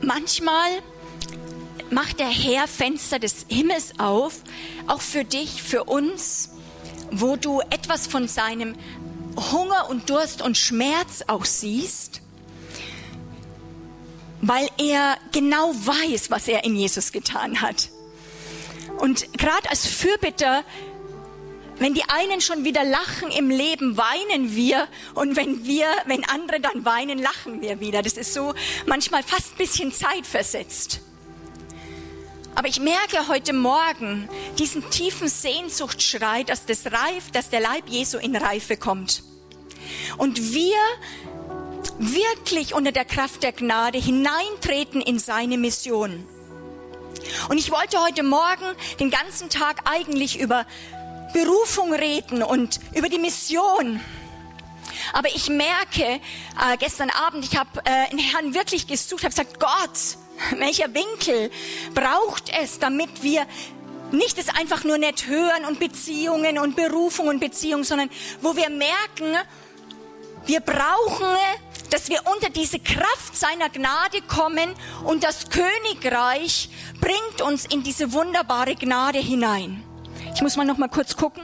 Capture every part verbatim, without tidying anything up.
manchmal macht der Herr Fenster des Himmels auf, auch für dich, für uns, wo du etwas von seinem Hunger und Durst und Schmerz auch siehst, weil er genau weiß, was er in Jesus getan hat. Und gerade als Fürbitter, wenn die einen schon wieder lachen im Leben, weinen wir. Und wenn wir, wenn andere dann weinen, lachen wir wieder. Das ist so manchmal fast ein bisschen zeitversetzt. Aber ich merke heute Morgen diesen tiefen Sehnsuchtsschrei, dass das Reif, dass der Leib Jesu in Reife kommt. Und wir wirklich unter der Kraft der Gnade hineintreten in seine Mission. Und ich wollte heute Morgen den ganzen Tag eigentlich über Berufung reden und über die Mission. Aber ich merke, äh, gestern Abend, ich habe äh, den Herrn wirklich gesucht, habe gesagt, Gott, welcher Winkel braucht es, damit wir nicht es einfach nur nicht hören und Beziehungen und Berufung und Beziehung, sondern wo wir merken, wir brauchen, dass wir unter diese Kraft seiner Gnade kommen und das Königreich bringt uns in diese wunderbare Gnade hinein. Ich muss mal noch mal kurz gucken.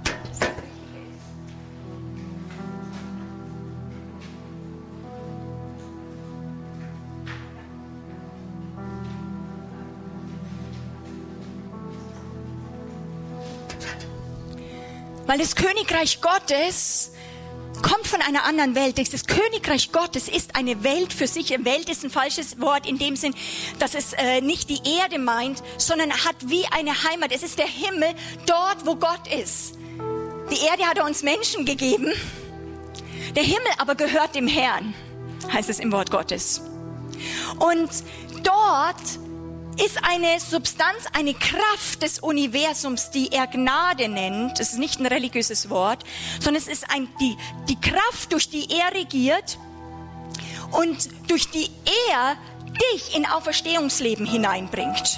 Weil das Königreich Gottes kommt von einer anderen Welt. Das Königreich Gottes ist eine Welt für sich. Welt ist ein falsches Wort in dem Sinn, dass es äh, nicht die Erde meint, sondern hat wie eine Heimat. Es ist der Himmel, dort wo Gott ist. Die Erde hat er uns Menschen gegeben. Der Himmel aber gehört dem Herrn, heißt es im Wort Gottes. Und dort ist eine Substanz, eine Kraft des Universums, die er Gnade nennt. Es ist nicht ein religiöses Wort, sondern es ist ein, die, die Kraft, durch die er regiert und durch die er dich in Auferstehungsleben hineinbringt.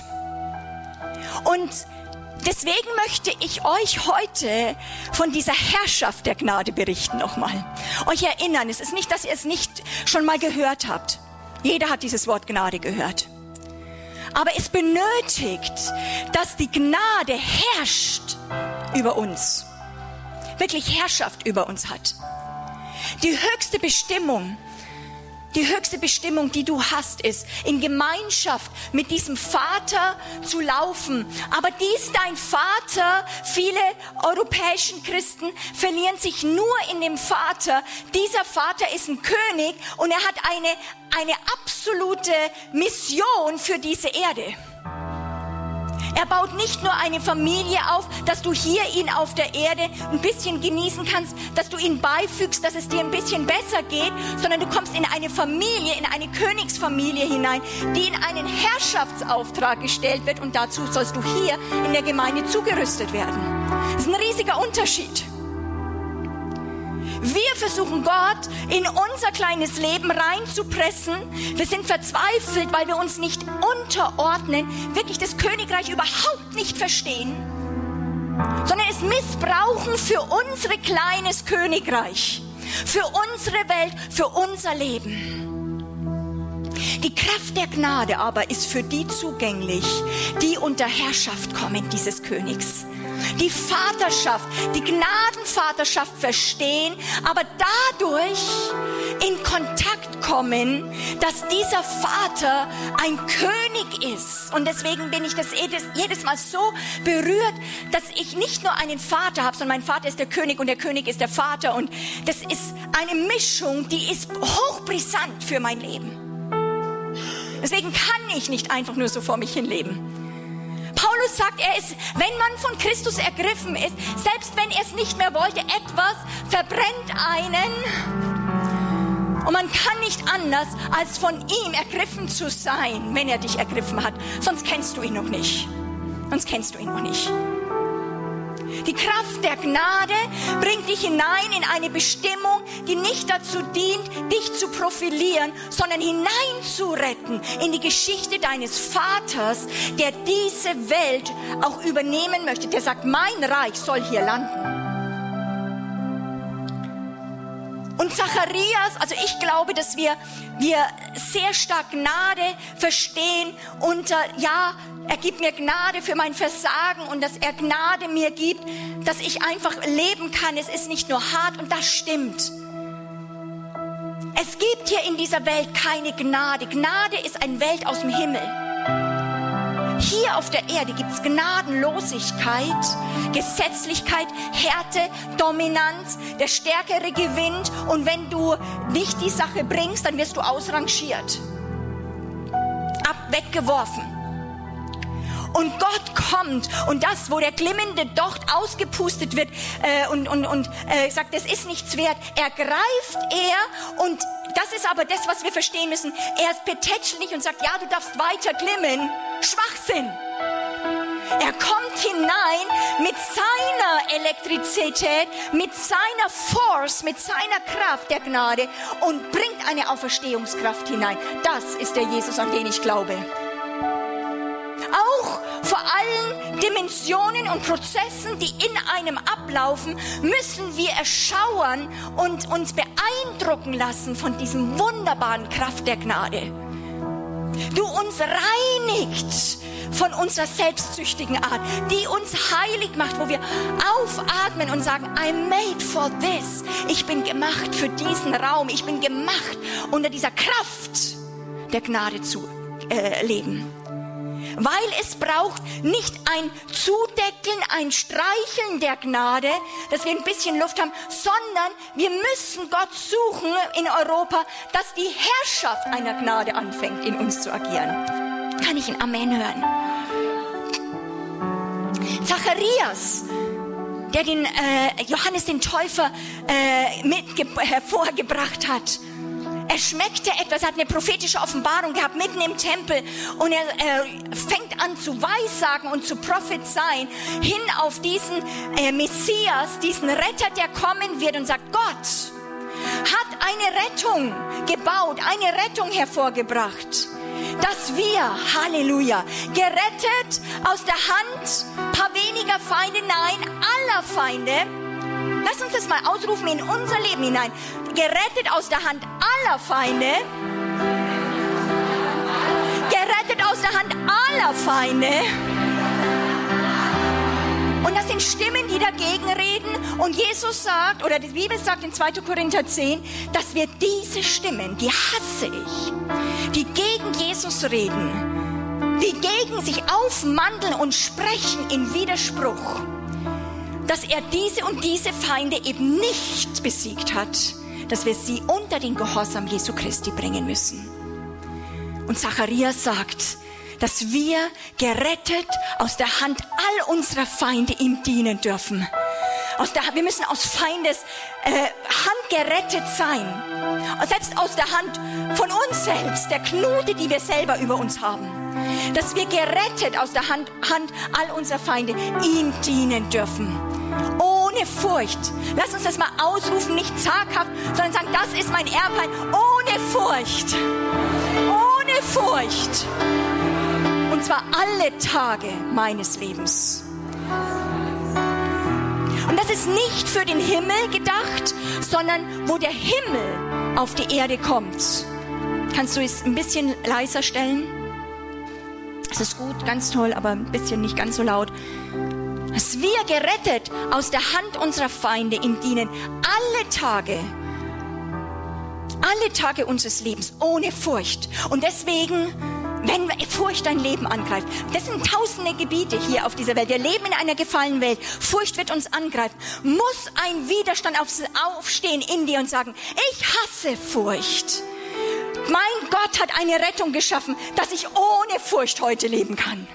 Und deswegen möchte ich euch heute von dieser Herrschaft der Gnade berichten nochmal. Euch erinnern, es ist nicht, dass ihr es nicht schon mal gehört habt. Jeder hat dieses Wort Gnade gehört. Aber es benötigt, dass die Gnade herrscht über uns. Wirklich Herrschaft über uns hat. Die höchste Bestimmung, die höchste Bestimmung, die du hast, ist, in Gemeinschaft mit diesem Vater zu laufen. Aber dies dein Vater, viele europäischen Christen verlieren sich nur in dem Vater. Dieser Vater ist ein König und er hat eine, eine absolute Mission für diese Erde. Er baut nicht nur eine Familie auf, dass du hier ihn auf der Erde ein bisschen genießen kannst, dass du ihn beifügst, dass es dir ein bisschen besser geht, sondern du kommst in eine Familie, in eine Königsfamilie hinein, die in einen Herrschaftsauftrag gestellt wird und dazu sollst du hier in der Gemeinde zugerüstet werden. Das ist ein riesiger Unterschied. Wir versuchen Gott in unser kleines Leben reinzupressen. Wir sind verzweifelt, weil wir uns nicht unterordnen, wirklich das Königreich überhaupt nicht verstehen, sondern es missbrauchen für unser kleines Königreich, für unsere Welt, für unser Leben. Die Kraft der Gnade aber ist für die zugänglich, die unter Herrschaft kommen dieses Königs. Die Vaterschaft, die Gnadenvaterschaft verstehen, aber dadurch in Kontakt kommen, dass dieser Vater ein König ist. Und deswegen bin ich das jedes, jedes Mal so berührt, dass ich nicht nur einen Vater habe, sondern mein Vater ist der König und der König ist der Vater. Und das ist eine Mischung, die ist hochbrisant für mein Leben. Deswegen kann ich nicht einfach nur so vor mich hin leben. Paulus sagt, er ist, wenn man von Christus ergriffen ist, selbst wenn er es nicht mehr wollte, etwas verbrennt einen. Und man kann nicht anders, als von ihm ergriffen zu sein, wenn er dich ergriffen hat. Sonst kennst du ihn noch nicht. Sonst kennst du ihn noch nicht. Die Kraft der Gnade bringt dich hinein in eine Bestimmung, die nicht dazu dient, dich zu profilieren, sondern hineinzuretten in die Geschichte deines Vaters, der diese Welt auch übernehmen möchte. Der sagt, mein Reich soll hier landen. Und Zacharias, also ich glaube, dass wir, wir sehr stark Gnade verstehen unter, ja, er gibt mir Gnade für mein Versagen und dass er Gnade mir gibt, dass ich einfach leben kann. Es ist nicht nur hart und das stimmt. Es gibt hier in dieser Welt keine Gnade. Gnade ist eine Welt aus dem Himmel. Hier auf der Erde gibt es Gnadenlosigkeit, Gesetzlichkeit, Härte, Dominanz. Der Stärkere gewinnt und wenn du nicht die Sache bringst, dann wirst du ausrangiert, ab, weggeworfen. Und Gott kommt und das, wo der glimmende Docht ausgepustet wird äh, und, und, und äh, sagt, es ist nichts wert, ergreift er und das ist aber das, was wir verstehen müssen. Er betätschelt nicht und sagt, ja, du darfst weiter glimmen. Schwachsinn. Er kommt hinein mit seiner Elektrizität, mit seiner Force, mit seiner Kraft der Gnade und bringt eine Auferstehungskraft hinein. Das ist der Jesus, an den ich glaube. Auch vor allen Dimensionen und Prozessen, die in einem ablaufen, müssen wir erschauern und uns beeindrucken lassen von diesem wunderbaren Kraft der Gnade. Du uns reinigt von unserer selbstsüchtigen Art, die uns heilig macht, wo wir aufatmen und sagen, I'm made for this. Ich bin gemacht für diesen Raum. Ich bin gemacht, unter dieser Kraft der Gnade zu äh, leben. Weil es braucht nicht ein Zudeckeln, ein Streicheln der Gnade, dass wir ein bisschen Luft haben, sondern wir müssen Gott suchen in Europa, dass die Herrschaft einer Gnade anfängt, in uns zu agieren. Kann ich ein Amen hören? Zacharias, der den äh, Johannes den Täufer äh, mit hervorgebracht hat, er schmeckte etwas, er hat eine prophetische Offenbarung gehabt, mitten im Tempel. Und er, er fängt an zu weissagen und zu prophezeien hin auf diesen äh, Messias, diesen Retter, der kommen wird und sagt, Gott hat eine Rettung gebaut, eine Rettung hervorgebracht. Dass wir, Halleluja, gerettet aus der Hand, paar weniger Feinde, nein, aller Feinde. Lass uns das mal ausrufen in unser Leben hinein. Gerettet aus der Hand aller Feinde. Gerettet aus der Hand aller Feinde. Und das sind Stimmen, die dagegen reden. Und Jesus sagt, oder die Bibel sagt in zweiter Korinther zehn, dass wir diese Stimmen, die hasse ich, die gegen Jesus reden, die gegen sich aufmanteln und sprechen in Widerspruch, dass er diese und diese Feinde eben nicht besiegt hat, dass wir sie unter den Gehorsam Jesu Christi bringen müssen. Und Zacharias sagt, dass wir gerettet aus der Hand all unserer Feinde ihm dienen dürfen. Aus der, wir müssen aus Feindes äh, Hand gerettet sein. Selbst aus der Hand von uns selbst, der Knute, die wir selber über uns haben. Dass wir gerettet aus der Hand, Hand all unserer Feinde ihm dienen dürfen. Ohne Furcht. Lass uns das mal ausrufen, nicht zaghaft, sondern sagen, das ist mein Erbteil. Ohne Furcht. Ohne Furcht. Und zwar alle Tage meines Lebens. Und das ist nicht für den Himmel gedacht, sondern wo der Himmel auf die Erde kommt. Kannst du es ein bisschen leiser stellen? Es ist gut, ganz toll, aber ein bisschen nicht ganz so laut. Dass wir gerettet aus der Hand unserer Feinde ihm dienen, alle Tage, alle Tage unseres Lebens, ohne Furcht. Und deswegen, wenn Furcht dein Leben angreift, das sind tausende Gebiete hier auf dieser Welt, wir leben in einer gefallenen Welt, Furcht wird uns angreifen, muss ein Widerstand aufstehen in dir und sagen, ich hasse Furcht. Mein Gott hat eine Rettung geschaffen, dass ich ohne Furcht heute leben kann.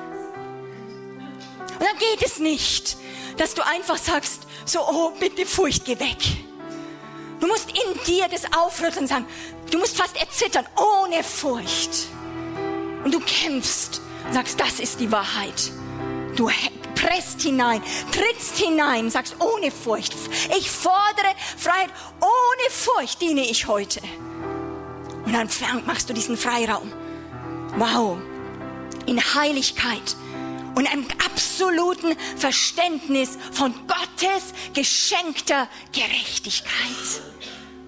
Und dann geht es nicht, dass du einfach sagst, so, oh, bitte Furcht, geh weg. Du musst in dir das aufrütteln und sagen, du musst fast erzittern, ohne Furcht. Und du kämpfst und sagst, das ist die Wahrheit. Du presst hinein, trittst hinein, sagst, ohne Furcht. Ich fordere Freiheit, ohne Furcht diene ich heute. Und dann machst du diesen Freiraum. Wow. In Heiligkeit. Und einem absoluten Verständnis von Gottes geschenkter Gerechtigkeit.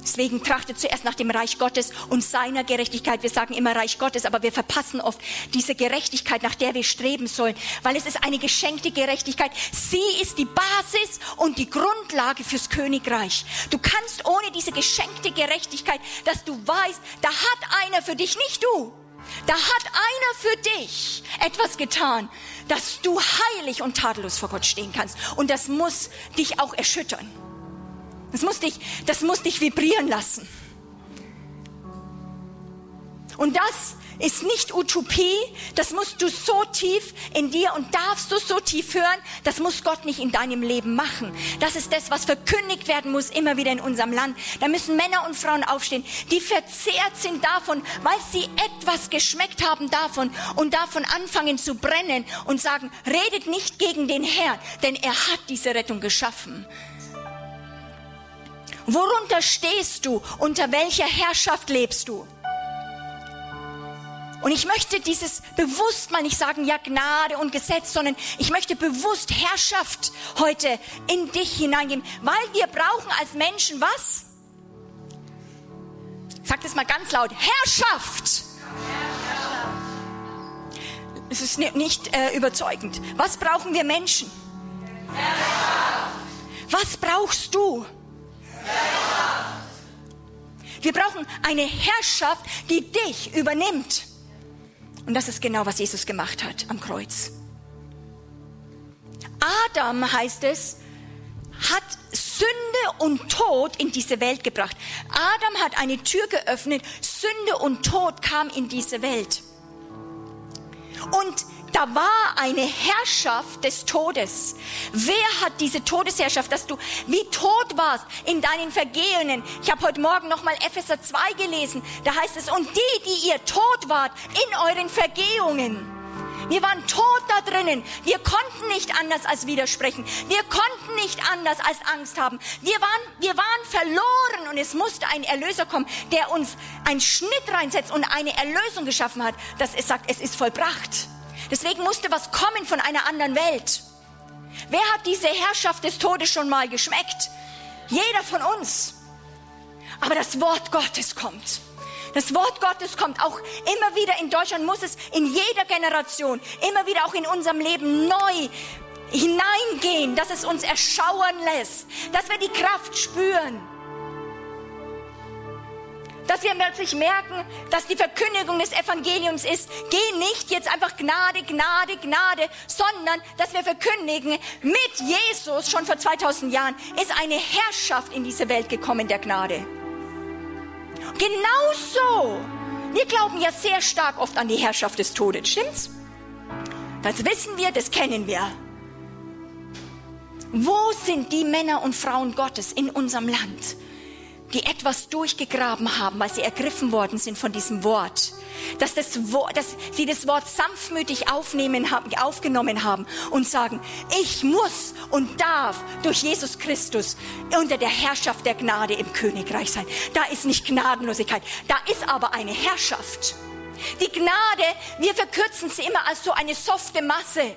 Deswegen trachtet zuerst nach dem Reich Gottes und seiner Gerechtigkeit. Wir sagen immer Reich Gottes, aber wir verpassen oft diese Gerechtigkeit, nach der wir streben sollen, weil es ist eine geschenkte Gerechtigkeit. Sie ist die Basis und die Grundlage fürs Königreich. Du kannst ohne diese geschenkte Gerechtigkeit, dass du weißt, da hat einer für dich, nicht du. Da hat einer für dich etwas getan, dass du heilig und tadellos vor Gott stehen kannst. Und das muss dich auch erschüttern. Das muss dich, das muss dich vibrieren lassen. Und das ist nicht Utopie, das musst du so tief in dir und darfst du so tief hören, das muss Gott nicht in deinem Leben machen. Das ist das, was verkündigt werden muss, immer wieder in unserem Land. Da müssen Männer und Frauen aufstehen, die verzehrt sind davon, weil sie etwas geschmeckt haben davon und davon anfangen zu brennen und sagen, redet nicht gegen den Herrn, denn er hat diese Rettung geschaffen. Worunter stehst du? Unter welcher Herrschaft lebst du? Und ich möchte dieses bewusst mal nicht sagen, ja Gnade und Gesetz, sondern ich möchte bewusst Herrschaft heute in dich hineingeben, weil wir brauchen als Menschen was? Sag das mal ganz laut, Herrschaft! Es ist nicht äh, überzeugend. Was brauchen wir Menschen? Herrschaft! Was brauchst du? Wir brauchen eine Herrschaft, die dich übernimmt. Und das ist genau, was Jesus gemacht hat am Kreuz. Adam, heißt es, hat Sünde und Tod in diese Welt gebracht. Adam hat eine Tür geöffnet, Sünde und Tod kam in diese Welt. Und da war eine Herrschaft des Todes. Wer hat diese Todesherrschaft, dass du wie tot warst in deinen Vergehungen? Ich habe heute Morgen nochmal Epheser zwei gelesen. Da heißt es, und die, die ihr tot wart in euren Vergehungen. Wir waren tot da drinnen. Wir konnten nicht anders als widersprechen. Wir konnten nicht anders als Angst haben. Wir waren, wir waren verloren und es musste ein Erlöser kommen, der uns einen Schnitt reinsetzt und eine Erlösung geschaffen hat, dass es sagt, es ist vollbracht. Deswegen musste was kommen von einer anderen Welt. Wer hat diese Herrschaft des Todes schon mal geschmeckt? Jeder von uns. Aber das Wort Gottes kommt. Das Wort Gottes kommt auch immer wieder in Deutschland, muss es in jeder Generation, immer wieder auch in unserem Leben neu hineingehen, dass es uns erschauern lässt, dass wir die Kraft spüren. Dass wir plötzlich merken, dass die Verkündigung des Evangeliums ist, geh nicht jetzt einfach Gnade, Gnade, Gnade, sondern dass wir verkündigen, mit Jesus schon vor zweitausend Jahren ist eine Herrschaft in diese Welt gekommen der Gnade. Genauso. Wir glauben ja sehr stark oft an die Herrschaft des Todes, stimmt's? Das wissen wir, das kennen wir. Wo sind die Männer und Frauen Gottes in unserem Land, die etwas durchgegraben haben, weil sie ergriffen worden sind von diesem Wort, dass, das Wort, dass sie das Wort sanftmütig aufnehmen haben, aufgenommen haben und sagen, ich muss und darf durch Jesus Christus unter der Herrschaft der Gnade im Königreich sein. Da ist nicht Gnadenlosigkeit, da ist aber eine Herrschaft. Die Gnade, wir verkürzen sie immer als so eine softe Masse.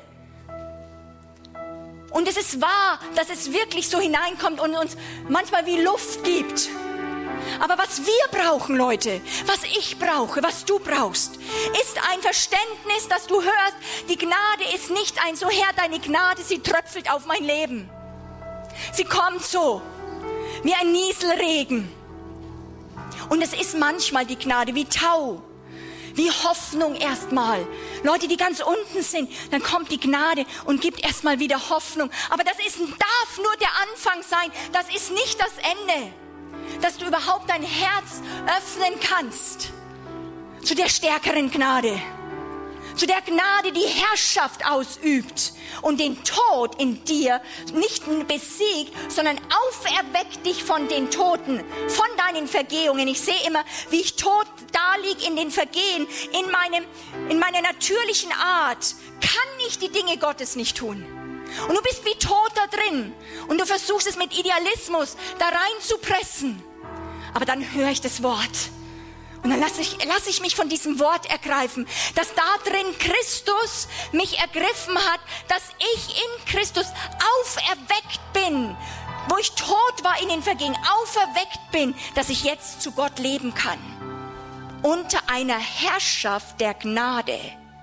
Und es ist wahr, dass es wirklich so hineinkommt und uns manchmal wie Luft gibt. Aber was wir brauchen, Leute, was ich brauche, was du brauchst, ist ein Verständnis, dass du hörst, die Gnade ist nicht ein so, Herr, deine Gnade, sie tröpfelt auf mein Leben. Sie kommt so, wie ein Nieselregen. Und es ist manchmal die Gnade wie Tau. Wie Hoffnung erstmal. Leute, die ganz unten sind, dann kommt die Gnade und gibt erstmal wieder Hoffnung. Aber das ist, darf nur der Anfang sein. Das ist nicht das Ende. Dass du überhaupt dein Herz öffnen kannst zu der stärkeren Gnade. Zu der Gnade, die Herrschaft ausübt und den Tod in dir nicht besiegt, sondern auferweckt dich von den Toten, von deinen Vergehungen. Ich sehe immer, wie ich tot da liege in den Vergehen, in, meinem, in meiner natürlichen Art, kann ich die Dinge Gottes nicht tun. Und du bist wie tot da drin und du versuchst es mit Idealismus da reinzupressen. Aber dann höre ich das Wort. Und dann lasse ich, lasse ich mich von diesem Wort ergreifen, dass da drin Christus mich ergriffen hat, dass ich in Christus auferweckt bin wo ich tot war in den Vergehen, auferweckt bin, dass ich jetzt zu Gott leben kann. Unter einer Herrschaft der Gnade.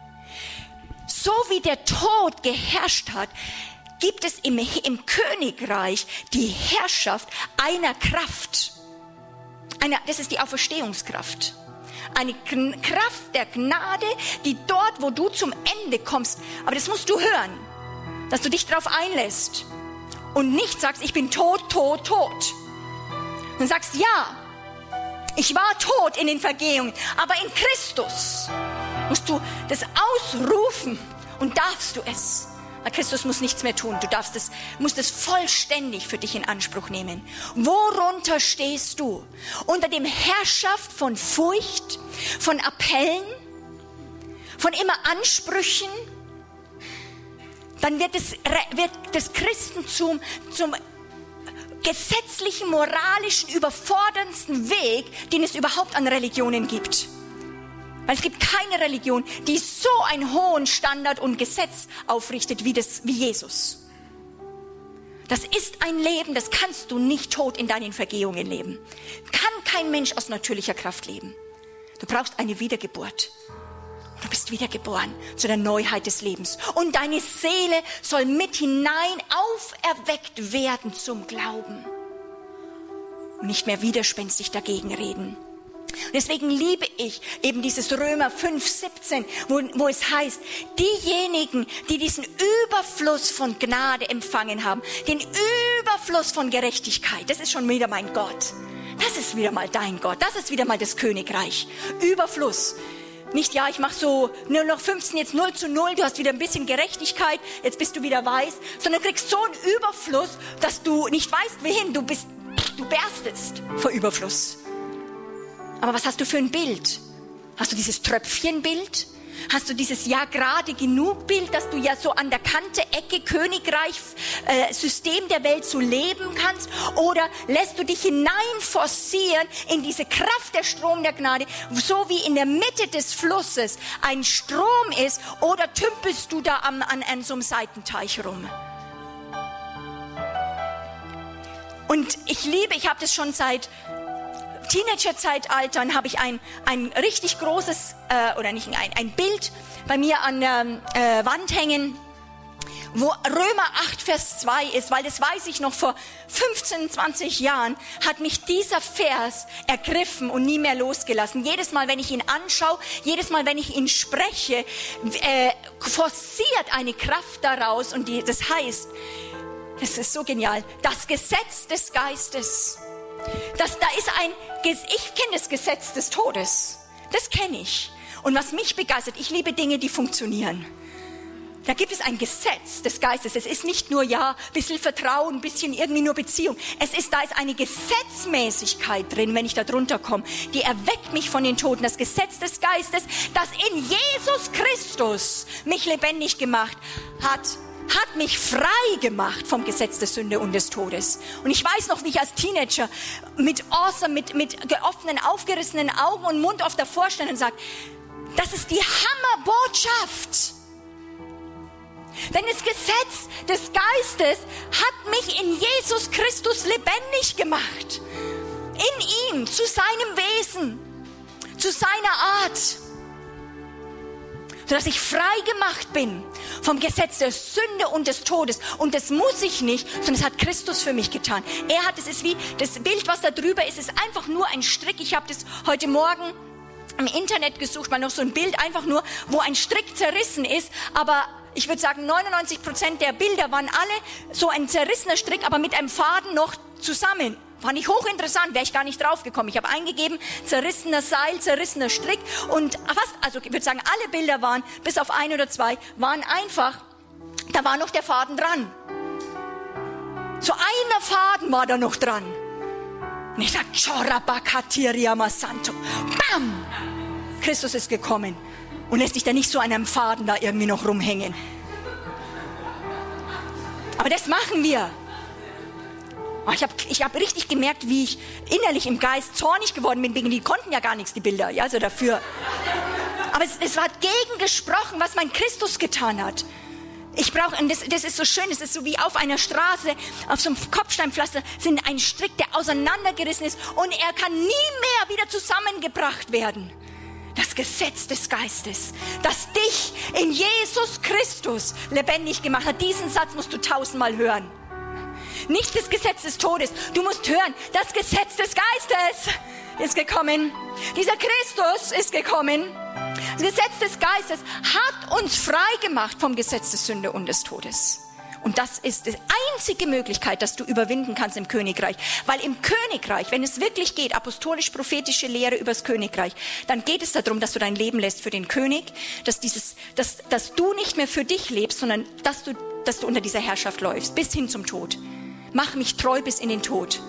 So wie der Tod geherrscht hat, gibt es im, im Königreich die Herrschaft einer Kraft. Eine, das ist die Auferstehungskraft. Eine Kraft der Gnade, die dort, wo du zum Ende kommst, aber das musst du hören, dass du dich darauf einlässt und nicht sagst, ich bin tot, tot, tot. Und sagst, ja, ich war tot in den Vergehungen, aber in Christus musst du das ausrufen und darfst du es. Weil Christus muss nichts mehr tun, du darfst es, musst es vollständig für dich in Anspruch nehmen. Worunter stehst du? Unter dem Herrschaft von Furcht, von Appellen, von immer Ansprüchen? Dann wird das, wird das Christentum zum gesetzlichen, moralischen, überforderndsten Weg, den es überhaupt an Religionen gibt. Weil es gibt keine Religion, die so einen hohen Standard und Gesetz aufrichtet wie, das, wie Jesus. Das ist ein Leben, das kannst du nicht tot in deinen Vergehungen leben. Kann kein Mensch aus natürlicher Kraft leben. Du brauchst eine Wiedergeburt. Du bist wiedergeboren zu der Neuheit des Lebens. Und deine Seele soll mit hinein auferweckt werden zum Glauben. Und nicht mehr widerspenstig dagegen reden. Und deswegen liebe ich eben dieses Römer fünf, siebzehn, wo, wo es heißt, diejenigen, die diesen Überfluss von Gnade empfangen haben, den Überfluss von Gerechtigkeit, das ist schon wieder mein Gott. Das ist wieder mal dein Gott, das ist wieder mal das Königreich. Überfluss. Nicht, ja, ich mache so nur noch fünfzehn, jetzt null zu null, du hast wieder ein bisschen Gerechtigkeit, jetzt bist du wieder weiß, sondern du kriegst so einen Überfluss, dass du nicht weißt, wohin, du bist, du berstest vor Überfluss. Aber was hast du für ein Bild? Hast du dieses Tröpfchenbild? Hast du dieses ja gerade genug Bild, dass du ja so an der Kante, Ecke, Königreich, äh, System der Welt so leben kannst? Oder lässt du dich hinein forcieren in diese Kraft der Strom der Gnade, so wie in der Mitte des Flusses ein Strom ist? Oder tümpelst du da am, an, an so einem Seitenteich rum? Und ich liebe, ich habe das schon seit Teenager-Zeitaltern habe ich ein, ein richtig großes, äh, oder nicht ein, ein Bild bei mir an der äh, Wand hängen, wo Römer acht, Vers zwei ist, weil das weiß ich noch, vor fünfzehn, zwanzig Jahren hat mich dieser Vers ergriffen und nie mehr losgelassen. Jedes Mal, wenn ich ihn anschaue, jedes Mal, wenn ich ihn spreche, äh, forciert eine Kraft daraus und die, das heißt, das ist so genial, das Gesetz des Geistes. Das, da ist ein, ich kenne das Gesetz des Todes, das kenne ich. Und was mich begeistert, ich liebe Dinge, die funktionieren. Da gibt es ein Gesetz des Geistes. Es ist nicht nur, ja, ein bisschen Vertrauen, ein bisschen irgendwie nur Beziehung. Es ist, da ist eine Gesetzmäßigkeit drin, wenn ich da drunter komme. Die erweckt mich von den Toten. Das Gesetz des Geistes, das in Jesus Christus mich lebendig gemacht hat, hat mich frei gemacht vom Gesetz der Sünde und des Todes. Und ich weiß noch, wie ich als Teenager mit awesome, mit, mit geöffneten, aufgerissenen Augen und Mund auf davor stand und sage, das ist die Hammerbotschaft. Denn das Gesetz des Geistes hat mich in Jesus Christus lebendig gemacht. In ihm, zu seinem Wesen, zu seiner Art. Sodass ich frei gemacht bin vom Gesetz der Sünde und des Todes. Und das muss ich nicht, sondern das hat Christus für mich getan. Er hat, es ist wie, das Bild, was da drüber ist, ist einfach nur ein Strick. Ich habe das heute Morgen im Internet gesucht, mal noch so ein Bild, einfach nur, wo ein Strick zerrissen ist. Aber ich würde sagen, neunundneunzig Prozent der Bilder waren alle so ein zerrissener Strick, aber mit einem Faden noch zusammen. Fand ich hochinteressant, wäre ich gar nicht drauf gekommen. Ich habe eingegeben, zerrissener Seil, zerrissener Strick und fast, also ich würde sagen, alle Bilder waren, bis auf ein oder zwei, waren einfach, da war noch der Faden dran. So einer Faden war da noch dran. Und ich sage, Chorabakatiria Masanto. Bam! Christus ist gekommen und lässt dich da nicht so an einem Faden da irgendwie noch rumhängen. Aber das machen wir. Ich habe ich hab richtig gemerkt, wie ich innerlich im Geist zornig geworden bin, wegen die konnten ja gar nichts, die Bilder, ja, also dafür. Aber es, es war gegen gesprochen, was mein Christus getan hat. Ich brauche, und das, das ist so schön, das ist so wie auf einer Straße, auf so einem Kopfsteinpflaster sind ein Strick, der auseinandergerissen ist und er kann nie mehr wieder zusammengebracht werden. Das Gesetz des Geistes, das dich in Jesus Christus lebendig gemacht hat. Diesen Satz musst du tausendmal hören. Nicht das Gesetz des Todes. Du musst hören, das Gesetz des Geistes ist gekommen. Dieser Christus ist gekommen. Das Gesetz des Geistes hat uns frei gemacht vom Gesetz der Sünde und des Todes. Und das ist die einzige Möglichkeit, dass du überwinden kannst im Königreich. Weil im Königreich, wenn es wirklich geht, apostolisch-prophetische Lehre übers Königreich, dann geht es darum, dass du dein Leben lässt für den König, dass, dieses, dass, dass du nicht mehr für dich lebst, sondern dass du, dass du unter dieser Herrschaft läufst, bis hin zum Tod. Mach mich treu bis in den Tod.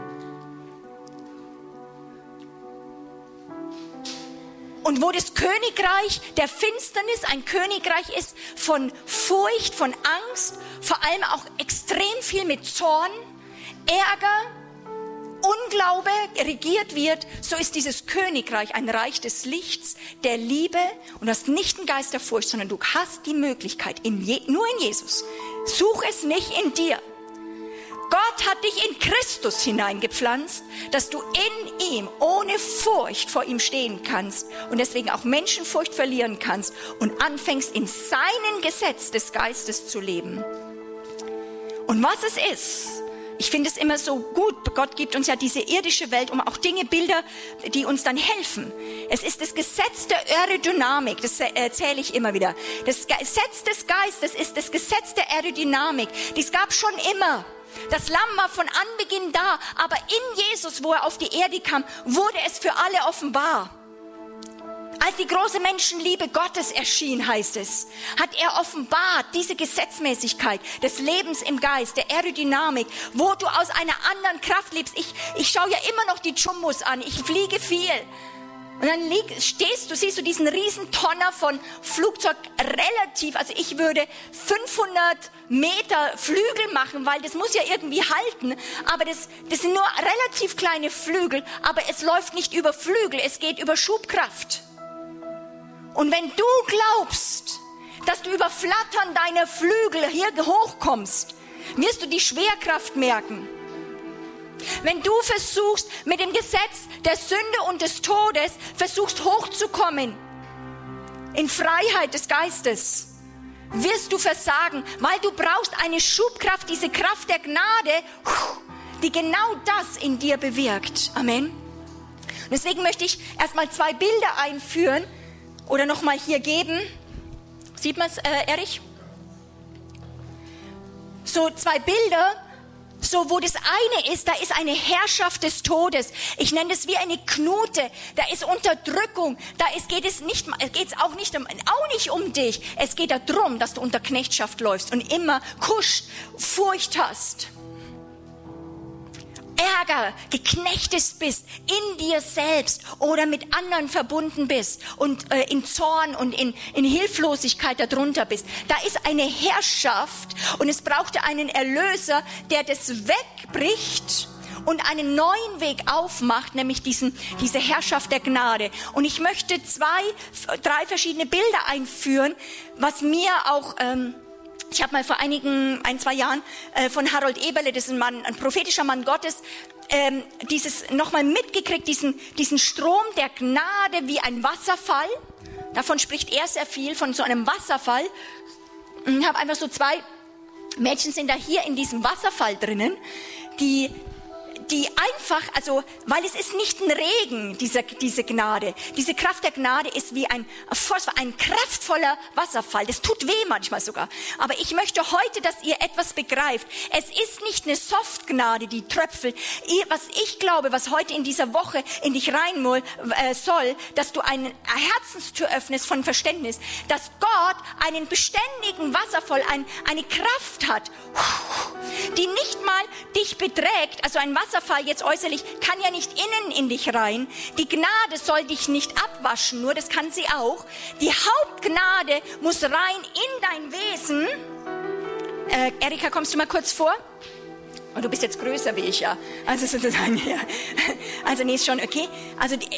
Und wo das Königreich der Finsternis ein Königreich ist von Furcht, von Angst, vor allem auch extrem viel mit Zorn, Ärger, Unglaube regiert wird, so ist dieses Königreich ein Reich des Lichts, der Liebe und das nicht ein Geist der Furcht, sondern du hast die Möglichkeit, in Je- nur in Jesus. Such es nicht in dir. Gott hat dich in Christus hineingepflanzt, dass du in ihm ohne Furcht vor ihm stehen kannst und deswegen auch Menschenfurcht verlieren kannst und anfängst in seinem Gesetz des Geistes zu leben. Und was es ist, ich finde es immer so gut, Gott gibt uns ja diese irdische Welt, um auch Dinge, Bilder, die uns dann helfen. Es ist das Gesetz der Aerodynamik, das erzähle ich immer wieder. Das Gesetz des Geistes ist das Gesetz der Aerodynamik, dies gab schon immer. Das Lamm war von Anbeginn da, aber in Jesus, wo er auf die Erde kam, wurde es für alle offenbar. Als die große Menschenliebe Gottes erschien, heißt es, hat er offenbart diese Gesetzmäßigkeit des Lebens im Geist, der Aerodynamik, wo du aus einer anderen Kraft lebst. Ich, ich schaue ja immer noch die Jumbos an, ich fliege viel. Und dann lieg, stehst du, siehst du diesen riesen Tonner von Flugzeug relativ, also ich würde fünfhundert Meter Flügel machen, weil das muss ja irgendwie halten, aber das, das sind nur relativ kleine Flügel, aber es läuft nicht über Flügel, es geht über Schubkraft. Und wenn du glaubst, dass du über Flattern deiner Flügel hier hochkommst, wirst du die Schwerkraft merken. Wenn du versuchst, mit dem Gesetz der Sünde und des Todes, versuchst hochzukommen, in Freiheit des Geistes, wirst du versagen, weil du brauchst eine Schubkraft, diese Kraft der Gnade, die genau das in dir bewirkt. Amen. Und deswegen möchte ich erstmal zwei Bilder einführen oder nochmal hier geben. Sieht man es, äh, Erich? So zwei Bilder. So, wo das eine ist, da ist eine Herrschaft des Todes. Ich nenne es wie eine Knute. Da ist Unterdrückung. Da ist, geht es nicht, geht's auch nicht um, auch nicht um dich. Es geht darum, dass du unter Knechtschaft läufst und immer Kuscht, Furcht hast. Ärger, geknechtet bist, in dir selbst oder mit anderen verbunden bist und äh, in Zorn und in, in Hilflosigkeit darunter bist. Da ist eine Herrschaft und es brauchte einen Erlöser, der das wegbricht und einen neuen Weg aufmacht, nämlich diesen, diese Herrschaft der Gnade. Und ich möchte zwei, drei verschiedene Bilder einführen, was mir auch... Ähm, Ich habe mal vor einigen, ein, zwei Jahren äh, von Harold Eberle, das ist ein Mann, ein prophetischer Mann Gottes, ähm, dieses nochmal mitgekriegt, diesen, diesen Strom der Gnade wie ein Wasserfall. Davon spricht er sehr viel, von so einem Wasserfall. Und ich habe einfach so zwei Mädchen sind da hier in diesem Wasserfall drinnen, die... die einfach, also, weil es ist nicht ein Regen, diese, diese Gnade. Diese Kraft der Gnade ist wie ein, ein kraftvoller Wasserfall. Das tut weh manchmal sogar. Aber ich möchte heute, dass ihr etwas begreift. Es ist nicht eine Softgnade, die tröpfelt. Was ich glaube, was heute in dieser Woche in dich rein soll, dass du eine Herzenstür öffnest von Verständnis, dass Gott einen beständigen Wasserfall, ein, eine Kraft hat, die nicht mal dich beträgt, also ein Wasserfall, Wasserfall jetzt äußerlich kann ja nicht innen in dich rein. Die Gnade soll dich nicht abwaschen, nur das kann sie auch. Die Hauptgnade muss rein in dein Wesen. Äh, Erika, kommst du mal kurz vor? Oh, du bist jetzt größer wie ich, ja. Also sozusagen, ja. Also nee, ist schon okay. Also die,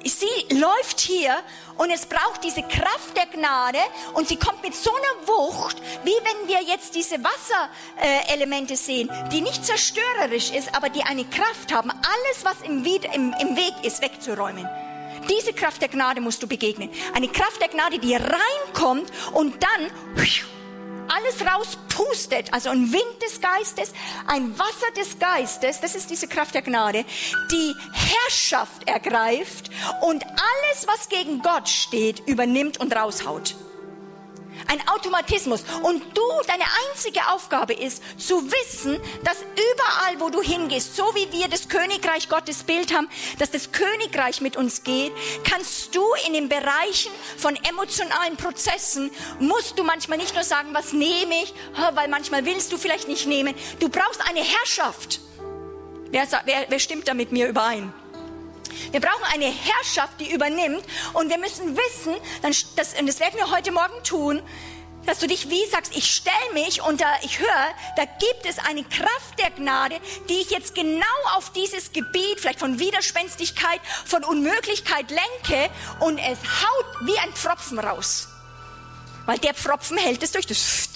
sie läuft hier und es braucht diese Kraft der Gnade und sie kommt mit so einer Wucht, wie wenn wir jetzt diese Wasserelemente sehen, die nicht zerstörerisch ist, aber die eine Kraft haben, alles, was im, im, im Weg ist, wegzuräumen. Diese Kraft der Gnade musst du begegnen. Eine Kraft der Gnade, die reinkommt und dann alles rauspustet. Also ein Wind des Geistes, ein Wasser des Geistes, das ist diese Kraft der Gnade, die Herrschaft ergreift und alles, was gegen Gott steht, übernimmt und raushaut. Ein Automatismus. Und du, deine einzige Aufgabe ist, zu wissen, dass überall, wo du hingehst, so wie wir das Königreich Gottes Bild haben, dass das Königreich mit uns geht, kannst du in den Bereichen von emotionalen Prozessen, musst du manchmal nicht nur sagen, was nehme ich, weil manchmal willst du vielleicht nicht nehmen. Du brauchst eine Herrschaft. Wer, wer, wer stimmt da mit mir überein? Wir brauchen eine Herrschaft, die übernimmt und wir müssen wissen, das, und das werden wir heute Morgen tun, dass du dich wie sagst, ich stelle mich und da, ich höre, da gibt es eine Kraft der Gnade, die ich jetzt genau auf dieses Gebiet, vielleicht von Widerspenstigkeit, von Unmöglichkeit lenke und es haut wie ein Pfropfen raus. Weil der Pfropfen hält es durch das.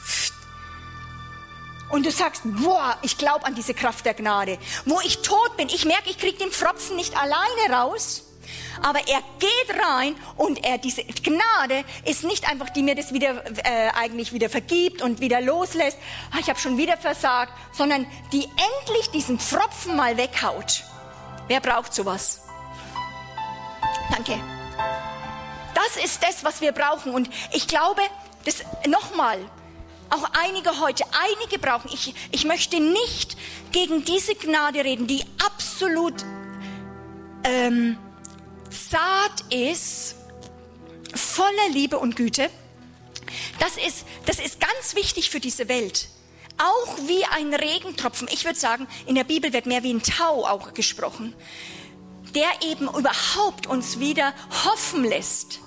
Und du sagst, boah, ich glaube an diese Kraft der Gnade. Wo ich tot bin, ich merke, ich kriege den Pfropfen nicht alleine raus, aber er geht rein und er, diese Gnade ist nicht einfach, die mir das wieder äh, eigentlich wieder vergibt und wieder loslässt, ah, ich habe schon wieder versagt, sondern die endlich diesen Pfropfen mal weghaut. Wer braucht sowas? Danke. Das ist das, was wir brauchen. Und ich glaube, das nochmal, auch einige heute, einige brauchen, ich, ich möchte nicht gegen diese Gnade reden, die absolut ähm, zart ist, voller Liebe und Güte. Das ist, das ist ganz wichtig für diese Welt. Auch wie ein Regentropfen. Ich würde sagen, in der Bibel wird mehr wie ein Tau auch gesprochen, der eben überhaupt uns wieder hoffen lässt.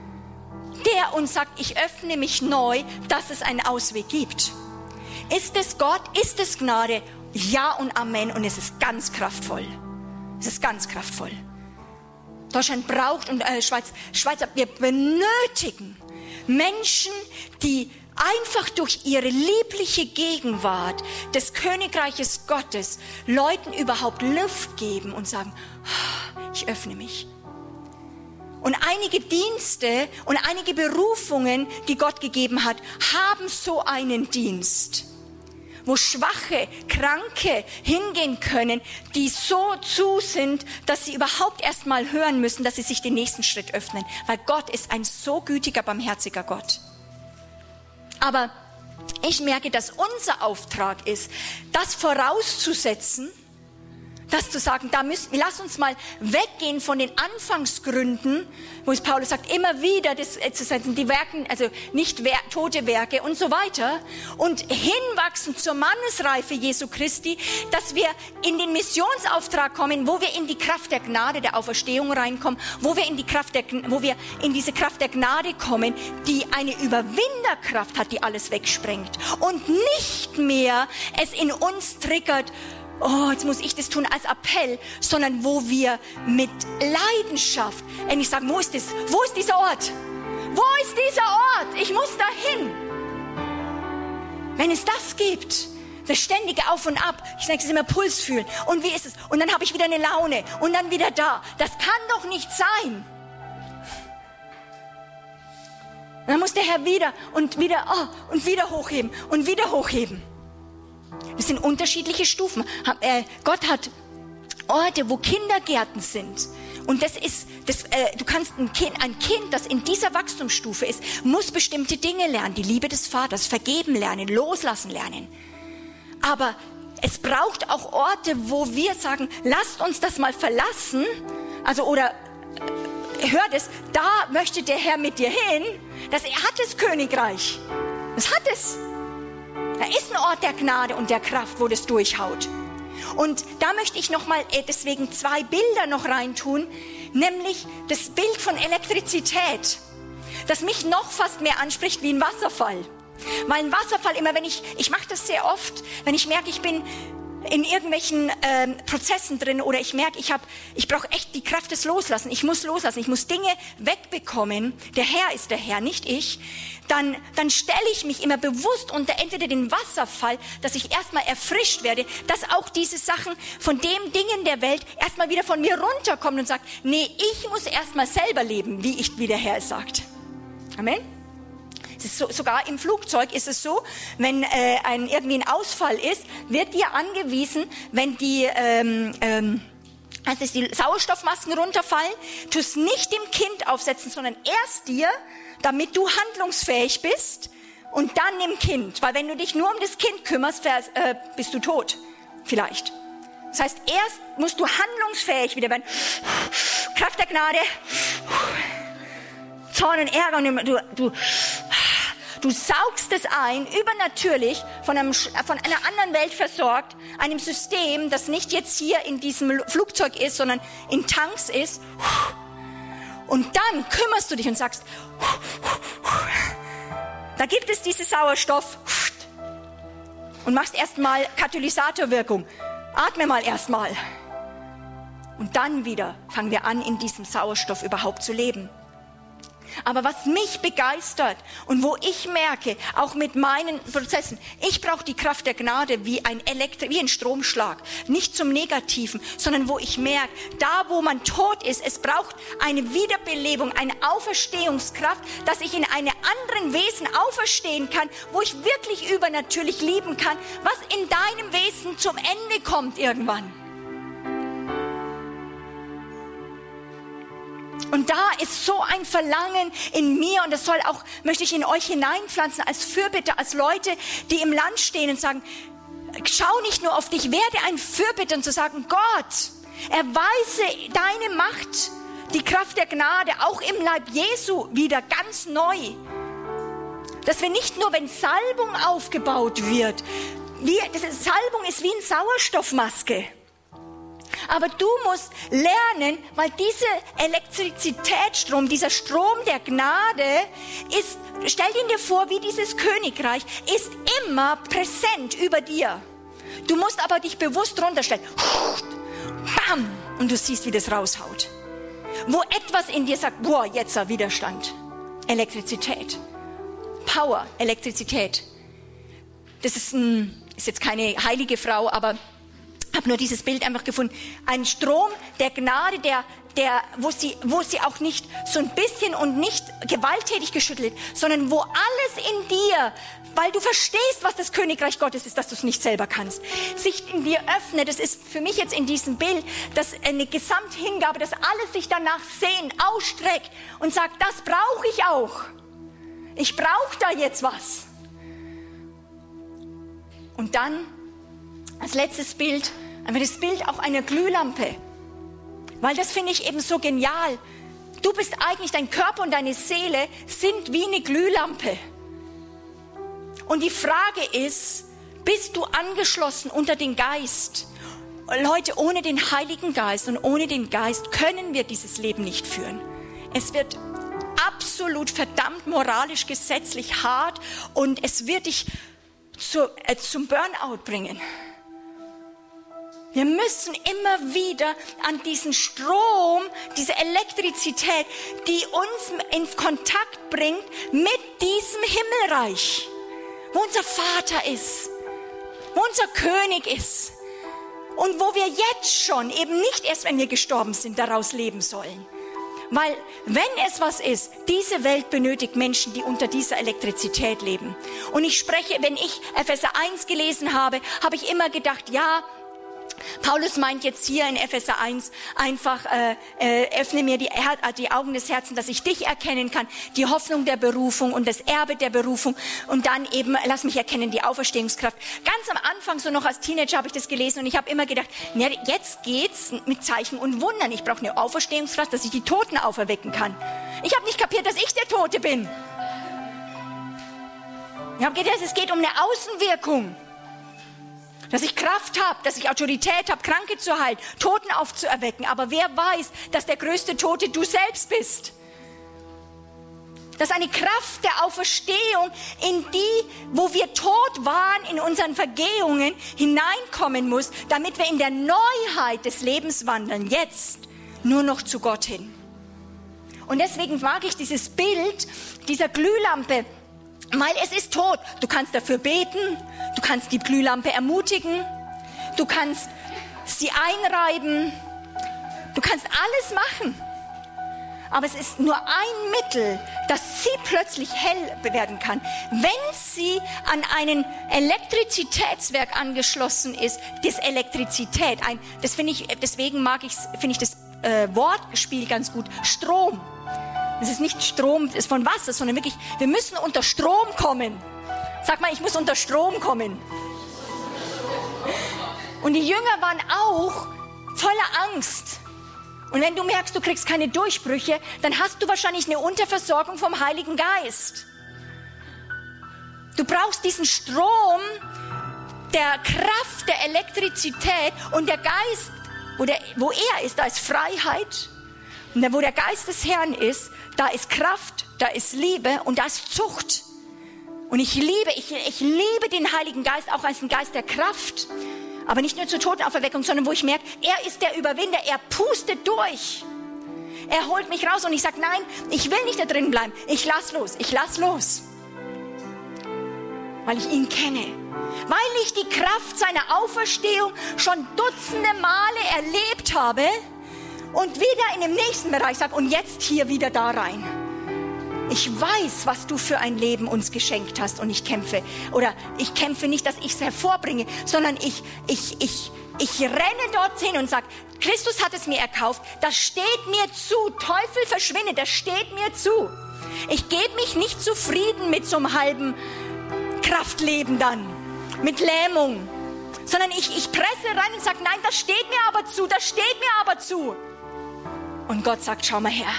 Der uns sagt, ich öffne mich neu, dass es einen Ausweg gibt. Ist es Gott? Ist es Gnade? Ja und Amen. Und es ist ganz kraftvoll. Es ist ganz kraftvoll. Deutschland braucht und äh, Schweiz, Schweiz, wir benötigen Menschen, die einfach durch ihre liebliche Gegenwart des Königreiches Gottes Leuten überhaupt Luft geben und sagen, ich öffne mich. Und einige Dienste und einige Berufungen, die Gott gegeben hat, haben so einen Dienst, wo Schwache, Kranke hingehen können, die so zu sind, dass sie überhaupt erst mal hören müssen, dass sie sich den nächsten Schritt öffnen. Weil Gott ist ein so gütiger, barmherziger Gott. Aber ich merke, dass unser Auftrag ist, das vorauszusetzen, das zu sagen, da müssen, lass uns mal weggehen von den Anfangsgründen, wo es Paulus sagt, immer wieder das äh, zu setzen, die Werken, also nicht wer, tote Werke und so weiter, und hinwachsen zur Mannesreife Jesu Christi, dass wir in den Missionsauftrag kommen, wo wir in die Kraft der Gnade der Auferstehung reinkommen, wo wir in die Kraft der, wo wir in diese Kraft der Gnade kommen, die eine Überwinderkraft hat, die alles wegsprengt und nicht mehr es in uns triggert, oh, jetzt muss ich das tun als Appell, sondern wo wir mit Leidenschaft endlich sagen, wo ist das? Wo ist dieser Ort? Wo ist dieser Ort? Ich muss dahin. Wenn es das gibt, das ständige Auf und Ab, ich denke, es ist immer Puls fühlen. Und wie ist es? Und dann habe ich wieder eine Laune und dann wieder da. Das kann doch nicht sein. Und dann muss der Herr wieder und wieder, oh, und wieder hochheben und wieder hochheben. Das sind unterschiedliche Stufen. Gott hat Orte, wo Kindergärten sind. Und das ist, das, äh, du kannst ein Kind, ein Kind, das in dieser Wachstumsstufe ist, muss bestimmte Dinge lernen. Die Liebe des Vaters, vergeben lernen, loslassen lernen. Aber es braucht auch Orte, wo wir sagen, lasst uns das mal verlassen. Also, oder, äh, hört es, da möchte der Herr mit dir hin. Das, er hat das Königreich. Das hat es. Da ist ein Ort der Gnade und der Kraft, wo das durchhaut. Und da möchte ich noch mal deswegen zwei Bilder noch reintun, nämlich das Bild von Elektrizität, das mich noch fast mehr anspricht wie ein Wasserfall. Weil ein Wasserfall immer, wenn ich, ich mache das sehr oft, wenn ich merke, ich bin in irgendwelchen ähm, Prozessen drin oder ich merke, ich, hab, ich brauche echt die Kraft des Loslassen. Ich muss loslassen, ich muss Dinge wegbekommen. Der Herr ist der Herr, nicht ich. Dann, dann stelle ich mich immer bewusst unter entweder den Wasserfall, dass ich erstmal erfrischt werde, dass auch diese Sachen von dem Dingen der Welt erstmal wieder von mir runterkommen und sagt, nee, ich muss erstmal selber leben, wie, ich, wie der Herr es sagt. Amen. Es ist so, sogar im Flugzeug ist es so, wenn äh, ein, irgendwie ein Ausfall ist, wird dir angewiesen, wenn die, ähm, ähm, also die Sauerstoffmasken runterfallen, tu es nicht dem Kind aufsetzen, sondern erst dir, damit du handlungsfähig bist und dann dem Kind. Weil wenn du dich nur um das Kind kümmerst, äh, bist du tot, vielleicht. Das heißt, erst musst du handlungsfähig wieder werden. Kraft der Gnade, Zorn und Ärger und du... du Du saugst es ein, übernatürlich, von, einem, von einer anderen Welt versorgt, einem System, das nicht jetzt hier in diesem Flugzeug ist, sondern in Tanks ist. Und dann kümmerst du dich und sagst, da gibt es diese Sauerstoff und machst erstmal Katalysatorwirkung. Atme mal erstmal. Und dann wieder fangen wir an, in diesem Sauerstoff überhaupt zu leben. Aber was mich begeistert und wo ich merke, auch mit meinen Prozessen, ich brauche die Kraft der Gnade wie ein, Elektri- wie ein Stromschlag. Nicht zum Negativen, sondern wo ich merke, da wo man tot ist, es braucht eine Wiederbelebung, eine Auferstehungskraft, dass ich in einem anderen Wesen auferstehen kann, wo ich wirklich übernatürlich lieben kann, was in deinem Wesen zum Ende kommt irgendwann. Und da ist so ein Verlangen in mir und das soll auch, möchte ich in euch hineinpflanzen als Fürbitter, als Leute, die im Land stehen und sagen, schau nicht nur auf dich, werde ein Fürbitter und zu sagen, Gott, erweise deine Macht, die Kraft der Gnade, auch im Leib Jesu wieder ganz neu. Dass wir nicht nur, wenn Salbung aufgebaut wird, wie, das ist, Salbung ist wie eine Sauerstoffmaske. Aber du musst lernen, weil dieser Elektrizitätsstrom, dieser Strom der Gnade ist, stell ihn dir vor, wie dieses Königreich, ist immer präsent über dir. Du musst aber dich bewusst runterstellen. Bam! Und du siehst, wie das raushaut. Wo etwas in dir sagt, boah, jetzt er Widerstand. Elektrizität. Power, Elektrizität. Das ist, ein, ist jetzt keine heilige Frau, aber habe nur dieses Bild einfach gefunden. Ein Strom der Gnade, der, der, wo sie, wo sie auch nicht so ein bisschen und nicht gewalttätig geschüttelt, sondern wo alles in dir, weil du verstehst, was das Königreich Gottes ist, dass du es nicht selber kannst, sich in dir öffnet. Das ist für mich jetzt in diesem Bild, dass eine Gesamthingabe, dass alles sich danach sehnt, ausstreckt und sagt, das brauche ich auch. Ich brauche da jetzt was. Und dann als letztes Bild, einfach das Bild auch einer Glühlampe. Weil das finde ich eben so genial. Du bist eigentlich, dein Körper und deine Seele sind wie eine Glühlampe. Und die Frage ist, bist du angeschlossen unter den Geist? Leute, ohne den Heiligen Geist und ohne den Geist können wir dieses Leben nicht führen. Es wird absolut verdammt moralisch, gesetzlich hart und es wird dich zu, äh, zum Burnout bringen. Wir müssen immer wieder an diesen Strom, diese Elektrizität, die uns in Kontakt bringt mit diesem Himmelreich, wo unser Vater ist, wo unser König ist und wo wir jetzt schon, eben nicht erst, wenn wir gestorben sind, daraus leben sollen. Weil wenn es was ist, diese Welt benötigt Menschen, die unter dieser Elektrizität leben. Und ich spreche, wenn ich Epheser eins gelesen habe, habe ich immer gedacht, ja, Paulus meint jetzt hier in Epheser eins einfach, äh, äh, öffne mir die, äh, die Augen des Herzens, dass ich dich erkennen kann, die Hoffnung der Berufung und das Erbe der Berufung und dann eben, lass mich erkennen, die Auferstehungskraft. Ganz am Anfang, so noch als Teenager habe ich das gelesen und ich habe immer gedacht, ja, jetzt geht's mit Zeichen und Wundern. Ich brauche eine Auferstehungskraft, dass ich die Toten auferwecken kann. Ich habe nicht kapiert, dass ich der Tote bin. Ich habe gedacht, es geht um eine Außenwirkung. Dass ich Kraft habe, dass ich Autorität habe, Kranke zu heilen, Toten aufzuerwecken. Aber wer weiß, dass der größte Tote du selbst bist? dass eine Kraft der Auferstehung in die, wo wir tot waren, in unseren Vergehungen hineinkommen muss, damit wir in der Neuheit des Lebens wandeln, jetzt nur noch zu Gott hin. Und deswegen mag ich dieses Bild dieser Glühlampe, weil es ist tot. Du kannst dafür beten, du kannst die Glühlampe ermutigen, du kannst sie einreiben, du kannst alles machen. Aber es ist nur ein Mittel, dass sie plötzlich hell werden kann, wenn sie an ein Elektrizitätswerk angeschlossen ist. Das Elektrizität, ein, das finde ich, deswegen mag ich, finde ich das äh, Wortspiel ganz gut. Strom. Es ist nicht Strom, das ist von Wasser, sondern wirklich, wir müssen unter Strom kommen. Sag mal, ich muss unter Strom kommen. Und die Jünger waren auch voller Angst. Und wenn du merkst, du kriegst keine Durchbrüche, dann hast du wahrscheinlich eine Unterversorgung vom Heiligen Geist. Du brauchst diesen Strom der Kraft, der Elektrizität, und der Geist, wo, der, wo er ist, da ist Freiheit. Und wo der Geist des Herrn ist, da ist Kraft, da ist Liebe und da ist Zucht. Und ich liebe, ich, ich liebe den Heiligen Geist auch als einen Geist der Kraft. Aber nicht nur zur Totenauferweckung, sondern wo ich merke, er ist der Überwinder, er pustet durch. Er holt mich raus und ich sage, nein, ich will nicht da drin bleiben. Ich lass los, ich lass los. Weil ich ihn kenne. Weil ich die Kraft seiner Auferstehung schon dutzende Male erlebt habe und wieder in dem nächsten Bereich sage, und jetzt hier wieder da rein. Ich weiß, was du für ein Leben uns geschenkt hast und ich kämpfe. Oder ich kämpfe nicht, dass ich es hervorbringe, sondern ich, ich, ich, ich renne dorthin und sage, Christus hat es mir erkauft, das steht mir zu. Teufel, verschwinde, das steht mir zu. Ich gebe mich nicht zufrieden mit so einem halben Kraftleben dann, mit Lähmung, sondern ich, ich presse rein und sage, nein, das steht mir aber zu, das steht mir aber zu. Und Gott sagt, schau mal her.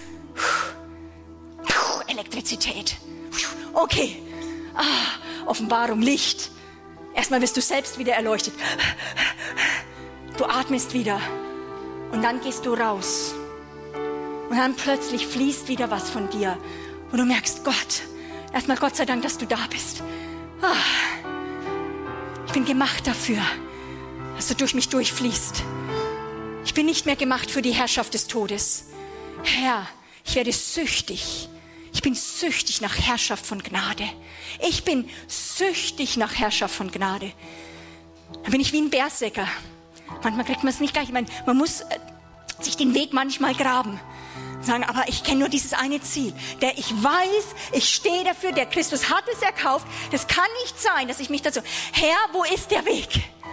Elektrizität. Okay. Ah, Offenbarung, Licht. Erstmal wirst du selbst wieder erleuchtet. Du atmest wieder. Und dann gehst du raus. Und dann plötzlich fließt wieder was von dir. Und du merkst, Gott, erstmal Gott sei Dank, dass du da bist. Ah, ich bin gemacht dafür, dass du durch mich durchfließt. Ich bin nicht mehr gemacht für die Herrschaft des Todes. Herr, ich werde süchtig. Ich bin süchtig nach Herrschaft von Gnade. Ich bin süchtig nach Herrschaft von Gnade. Dann bin ich wie ein Berserker. Manchmal kriegt man es nicht gleich. Ich meine, man muss äh, sich den Weg manchmal graben. Sagen, aber ich kenne nur dieses eine Ziel. Der ich weiß, ich stehe dafür, der Christus hat es erkauft. Das kann nicht sein, dass ich mich dazu... Herr, wo ist der Weg?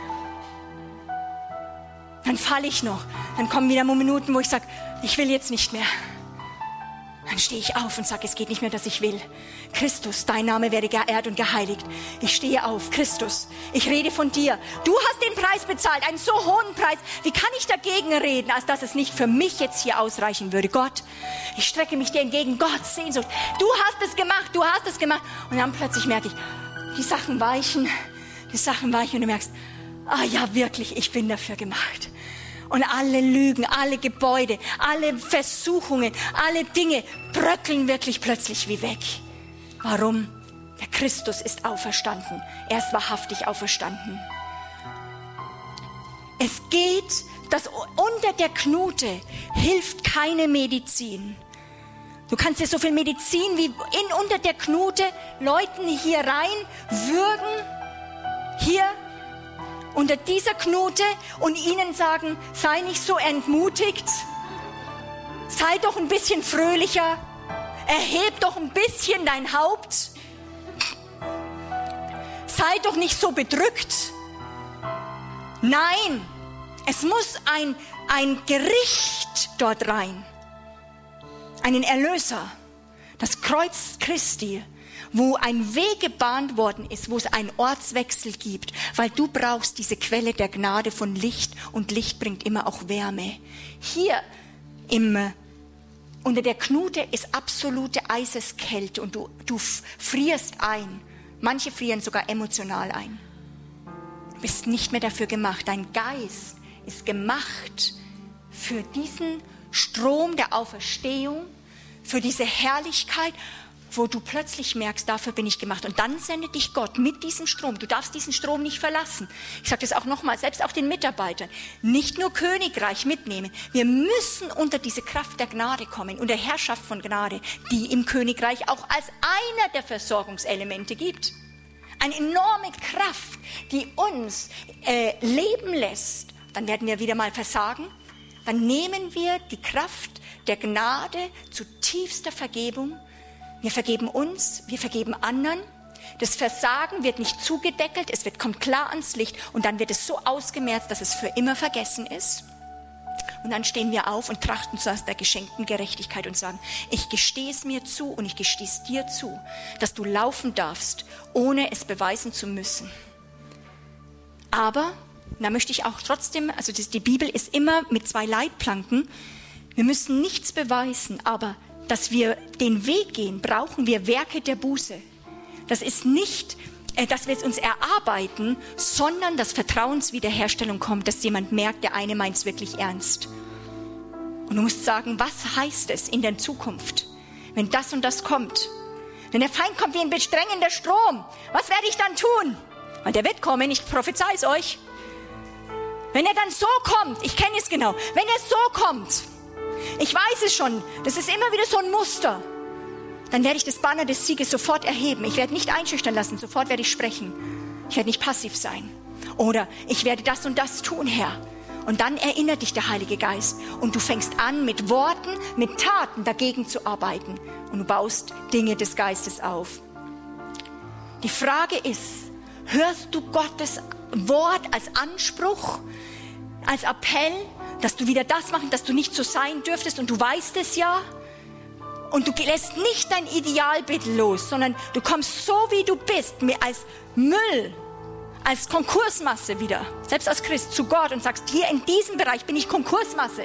Dann falle ich noch. Dann kommen wieder Minuten, wo ich sage, ich will jetzt nicht mehr. Dann stehe ich auf und sage, es geht nicht mehr, dass ich will. Christus, dein Name werde geehrt und geheiligt. Ich stehe auf, Christus, ich rede von dir. Du hast den Preis bezahlt, einen so hohen Preis. Wie kann ich dagegen reden, als dass es nicht für mich jetzt hier ausreichen würde? Gott, ich strecke mich dir entgegen. Gott, Sehnsucht, du hast es gemacht, du hast es gemacht. Und dann plötzlich merke ich, die Sachen weichen, die Sachen weichen und du merkst, ah ja, wirklich, ich bin dafür gemacht. Und alle Lügen, alle Gebäude, alle Versuchungen, alle Dinge bröckeln wirklich plötzlich wie weg. Warum? Der Christus ist auferstanden. Er ist wahrhaftig auferstanden. Es geht, dass unter der Knute hilft keine Medizin. Du kannst dir so viel Medizin wie in unter der Knute Leuten hier rein würgen, hier unter dieser Knute und ihnen sagen, sei nicht so entmutigt, sei doch ein bisschen fröhlicher, erheb doch ein bisschen dein Haupt, sei doch nicht so bedrückt. Nein, es muss ein, ein Gericht dort rein, einen Erlöser, das Kreuz Christi, wo ein Weg gebahnt worden ist, wo es einen Ortswechsel gibt, weil du brauchst diese Quelle der Gnade von Licht und Licht bringt immer auch Wärme. Hier im, unter der Knute ist absolute Eiseskälte und du, du frierst ein. Manche frieren sogar emotional ein. Du bist nicht mehr dafür gemacht. Dein Geist ist gemacht für diesen Strom der Auferstehung, für diese Herrlichkeit, wo du plötzlich merkst, dafür bin ich gemacht. Und dann sendet dich Gott mit diesem Strom. Du darfst diesen Strom nicht verlassen. Ich sage das auch nochmal, selbst auch den Mitarbeitern. Nicht nur Königreich mitnehmen. Wir müssen unter diese Kraft der Gnade kommen, unter Herrschaft von Gnade, die im Königreich auch als einer der Versorgungselemente gibt. Eine enorme Kraft, die uns äh, leben lässt. Dann werden wir wieder mal versagen. Dann nehmen wir die Kraft der Gnade zu tiefster Vergebung. Wir vergeben uns, wir vergeben anderen. Das Versagen wird nicht zugedeckelt, es wird, kommt klar ans Licht und dann wird es so ausgemerzt, dass es für immer vergessen ist. Und dann stehen wir auf und trachten zu der geschenkten Gerechtigkeit und sagen, ich gestehe es mir zu und ich gestehe es dir zu, dass du laufen darfst, ohne es beweisen zu müssen. Aber, da möchte ich auch trotzdem, also die Bibel ist immer mit zwei Leitplanken, wir müssen nichts beweisen, aber dass wir den Weg gehen, brauchen wir Werke der Buße. Das ist nicht, dass wir es uns erarbeiten, sondern dass Vertrauenswiederherstellung kommt, dass jemand merkt, der eine meint es wirklich ernst. Und du musst sagen, was heißt es in der Zukunft, wenn das und das kommt? Wenn der Feind kommt wie ein bestrengender Strom, was werde ich dann tun? Weil der wird kommen, ich prophezei es euch. Wenn er dann so kommt, ich kenne es genau, wenn er so kommt, ich weiß es schon, das ist immer wieder so ein Muster. Dann werde ich das Banner des Sieges sofort erheben. Ich werde nicht einschüchtern lassen, sofort werde ich sprechen. Ich werde nicht passiv sein. Oder ich werde das und das tun, Herr. Und dann erinnert dich der Heilige Geist. Und du fängst an, mit Worten, mit Taten dagegen zu arbeiten. Und du baust Dinge des Geistes auf. Die Frage ist, hörst du Gottes Wort als Anspruch, als Appell, dass du wieder das machen, dass du nicht so sein dürftest und du weißt es ja. Und du lässt nicht dein Idealbild los, sondern du kommst so, wie du bist, mir als Müll, als Konkursmasse wieder, selbst als Christ, zu Gott und sagst, hier in diesem Bereich bin ich Konkursmasse.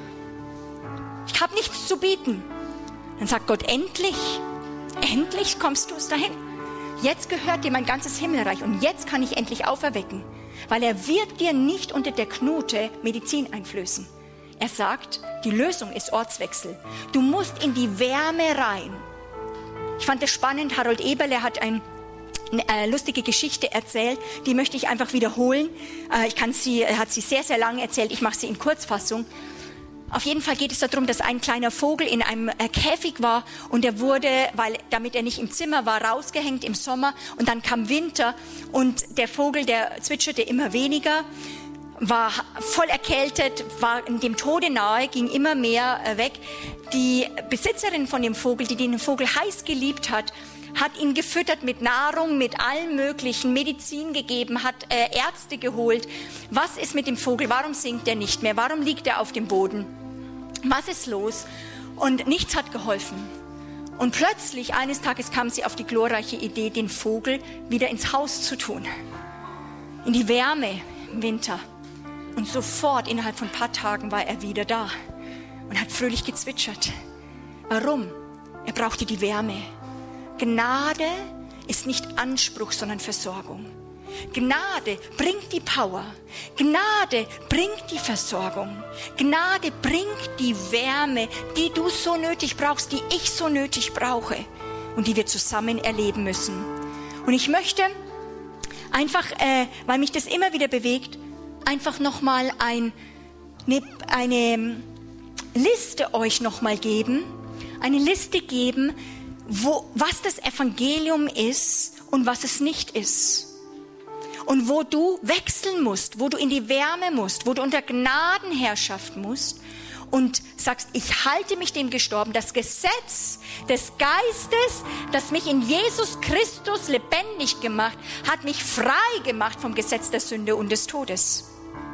Ich habe nichts zu bieten. Dann sagt Gott, endlich, endlich kommst du es dahin. Jetzt gehört dir mein ganzes Himmelreich und jetzt kann ich endlich auferwecken. Weil er wird dir nicht unter der Knute Medizin einflößen. Er sagt, die Lösung ist Ortswechsel. Du musst in die Wärme rein. Ich fand es spannend, Harold Eberle hat ein, eine äh, lustige Geschichte erzählt, die möchte ich einfach wiederholen. Äh, ich kann sie, er hat sie sehr, sehr lange erzählt, ich mache sie in Kurzfassung. Auf jeden Fall geht es darum, dass ein kleiner Vogel in einem äh, Käfig war und er wurde, weil, damit er nicht im Zimmer war, rausgehängt im Sommer und dann kam Winter und der Vogel, der zwitscherte immer weniger, war voll erkältet, war dem Tode nahe, ging immer mehr äh, weg. Die Besitzerin von dem Vogel, die den Vogel heiß geliebt hat, hat ihn gefüttert mit Nahrung, mit allem möglichen, Medizin gegeben, hat äh, Ärzte geholt. Was ist mit dem Vogel? Warum singt er nicht mehr? Warum liegt er auf dem Boden? Was ist los? Und nichts hat geholfen. Und plötzlich, eines Tages kam sie auf die glorreiche Idee, den Vogel wieder ins Haus zu tun. In die Wärme im Winter. Und sofort, innerhalb von ein paar Tagen, war er wieder da und hat fröhlich gezwitschert. Warum? Er brauchte die Wärme. Gnade ist nicht Anspruch, sondern Versorgung. Gnade bringt die Power. Gnade bringt die Versorgung. Gnade bringt die Wärme, die du so nötig brauchst, die ich so nötig brauche und die wir zusammen erleben müssen. Und ich möchte einfach, äh, weil mich das immer wieder bewegt, einfach nochmal ein, eine, eine Liste euch nochmal geben, eine Liste geben, wo, was das Evangelium ist und was es nicht ist. Und wo du wechseln musst, wo du in die Wärme musst, wo du unter Gnadenherrschaft musst und sagst, ich halte mich dem gestorben. Das Gesetz des Geistes, das mich in Jesus Christus lebendig gemacht, hat mich frei gemacht vom Gesetz der Sünde und des Todes.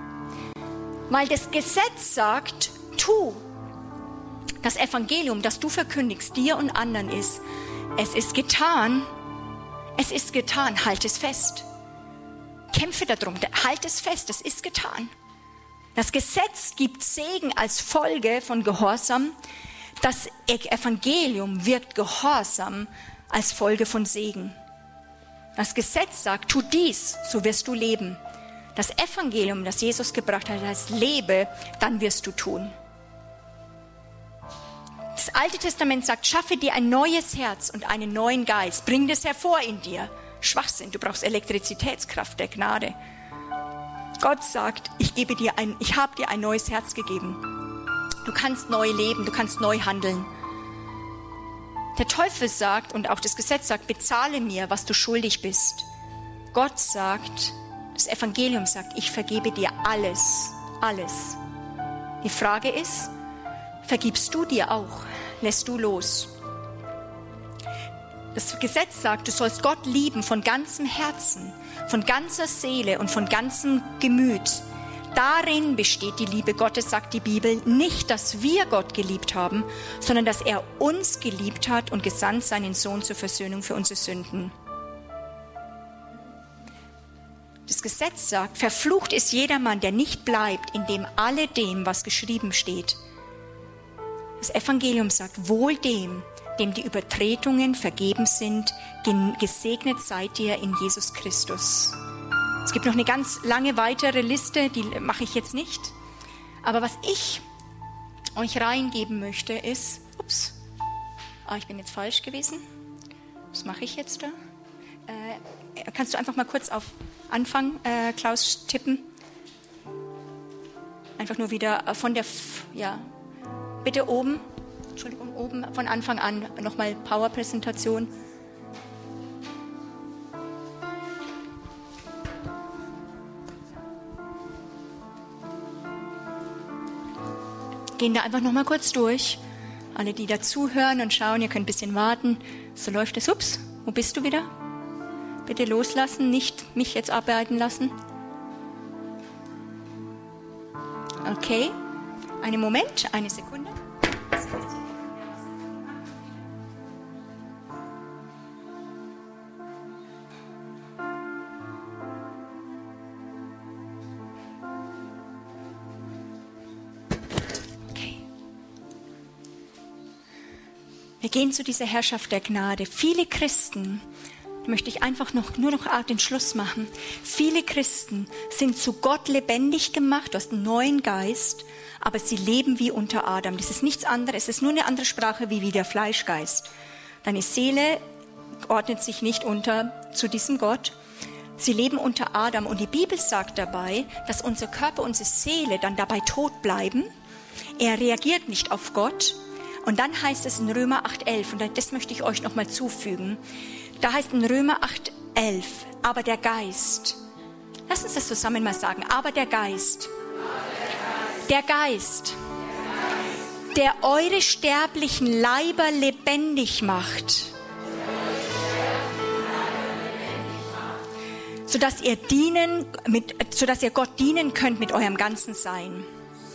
Weil das Gesetz sagt, tu. Das Evangelium, das du verkündigst, dir und anderen ist, es ist getan, es ist getan, halt es fest. Kämpfe darum, halt es fest, es ist getan. Das Gesetz gibt Segen als Folge von Gehorsam. Das Evangelium wirkt Gehorsam als Folge von Segen. Das Gesetz sagt, tu dies, so wirst du leben. Das Evangelium, das Jesus gebracht hat, heißt, lebe, dann wirst du tun. Das Alte Testament sagt, schaffe dir ein neues Herz und einen neuen Geist. Bring das hervor in dir. Schwachsinn, du brauchst Elektrizitätskraft der Gnade. Gott sagt, ich gebe dir ein, ich habe dir ein neues Herz gegeben. Du kannst neu leben, du kannst neu handeln. Der Teufel sagt und auch das Gesetz sagt, bezahle mir, was du schuldig bist. Gott sagt, das Evangelium sagt, ich vergebe dir alles, alles. Die Frage ist, vergibst du dir auch? Lässt du los? Das Gesetz sagt, du sollst Gott lieben von ganzem Herzen, von ganzer Seele und von ganzem Gemüt. Darin besteht die Liebe Gottes, sagt die Bibel, nicht, dass wir Gott geliebt haben, sondern dass er uns geliebt hat und gesandt seinen Sohn zur Versöhnung für unsere Sünden. Das Gesetz sagt, verflucht ist jedermann, der nicht bleibt in dem alledem, was geschrieben steht. Das Evangelium sagt, wohl dem, dem die Übertretungen vergeben sind, gesegnet seid ihr in Jesus Christus. Es gibt noch eine ganz lange weitere Liste, die mache ich jetzt nicht. Aber was ich euch reingeben möchte ist, ups, ah, ich bin jetzt falsch gewesen. Was mache ich jetzt da? Äh, kannst du einfach mal kurz auf Anfang, äh, Klaus, tippen? Einfach nur wieder von der, ja, bitte oben, Entschuldigung, oben von Anfang an nochmal Power-Präsentation. Gehen da einfach noch mal kurz durch. Alle, die da zuhören und schauen, ihr könnt ein bisschen warten. So läuft es. Ups, wo bist du wieder? Bitte loslassen, nicht mich jetzt arbeiten lassen. Okay, einen Moment, eine Sekunde. Wir gehen zu dieser Herrschaft der Gnade. Viele Christen, möchte ich einfach noch, nur noch den Schluss machen, viele Christen sind zu Gott lebendig gemacht, aus dem neuen Geist, aber sie leben wie unter Adam. Das ist nichts anderes, es ist nur eine andere Sprache wie, wie der Fleischgeist. Deine Seele ordnet sich nicht unter zu diesem Gott. Sie leben unter Adam und die Bibel sagt dabei, dass unser Körper, unsere Seele dann dabei tot bleiben. Er reagiert nicht auf Gott. Und dann heißt es in Römer acht elf, und das möchte ich euch nochmal zufügen, da heißt in Römer acht elf, aber der Geist, lass uns das zusammen mal sagen, aber der Geist, der Geist, der eure sterblichen Leiber lebendig macht, sodass ihr dienen, mit, sodass ihr Gott dienen könnt mit eurem ganzen Sein.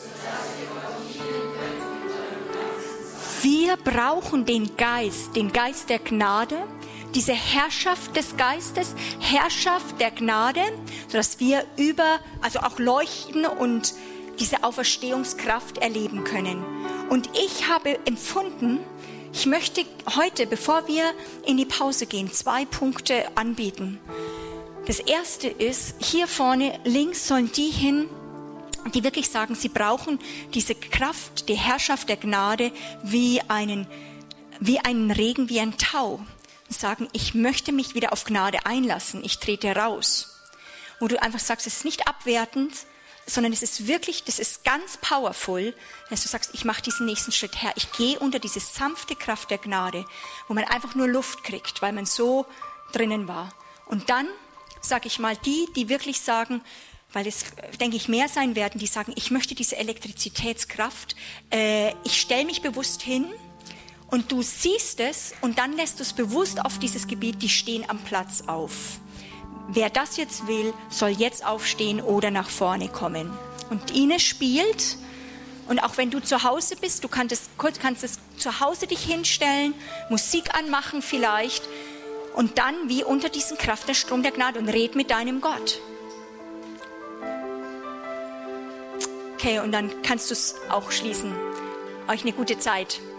Wir brauchen den Geist, den Geist der Gnade, diese Herrschaft des Geistes, Herrschaft der Gnade, sodass wir über, also auch leuchten und diese Auferstehungskraft erleben können. Und ich habe empfunden, ich möchte heute, bevor wir in die Pause gehen, zwei Punkte anbieten. Das erste ist, hier vorne links sollen die hin, die wirklich sagen, sie brauchen diese Kraft, die Herrschaft der Gnade wie einen, wie einen Regen, wie ein Tau. Und sagen, ich möchte mich wieder auf Gnade einlassen, ich trete raus. Wo du einfach sagst, es ist nicht abwertend, sondern es ist wirklich, das ist ganz powerful, dass du sagst, ich mache diesen nächsten Schritt her. Ich gehe unter diese sanfte Kraft der Gnade, wo man einfach nur Luft kriegt, weil man so drinnen war. Und dann, sage ich mal, die, die wirklich sagen, weil es, denke ich, mehr sein werden, die sagen, ich möchte diese Elektrizitätskraft, äh, ich stelle mich bewusst hin und du siehst es und dann lässt du es bewusst auf dieses Gebiet, die stehen am Platz auf. Wer das jetzt will, soll jetzt aufstehen oder nach vorne kommen. Und Ines spielt und auch wenn du zu Hause bist, du kannst es, kannst es zu Hause dich hinstellen, Musik anmachen vielleicht und dann wie unter diesen Kraft der Strom der Gnade und red mit deinem Gott. Okay, und dann kannst du es auch schließen. Euch eine gute Zeit.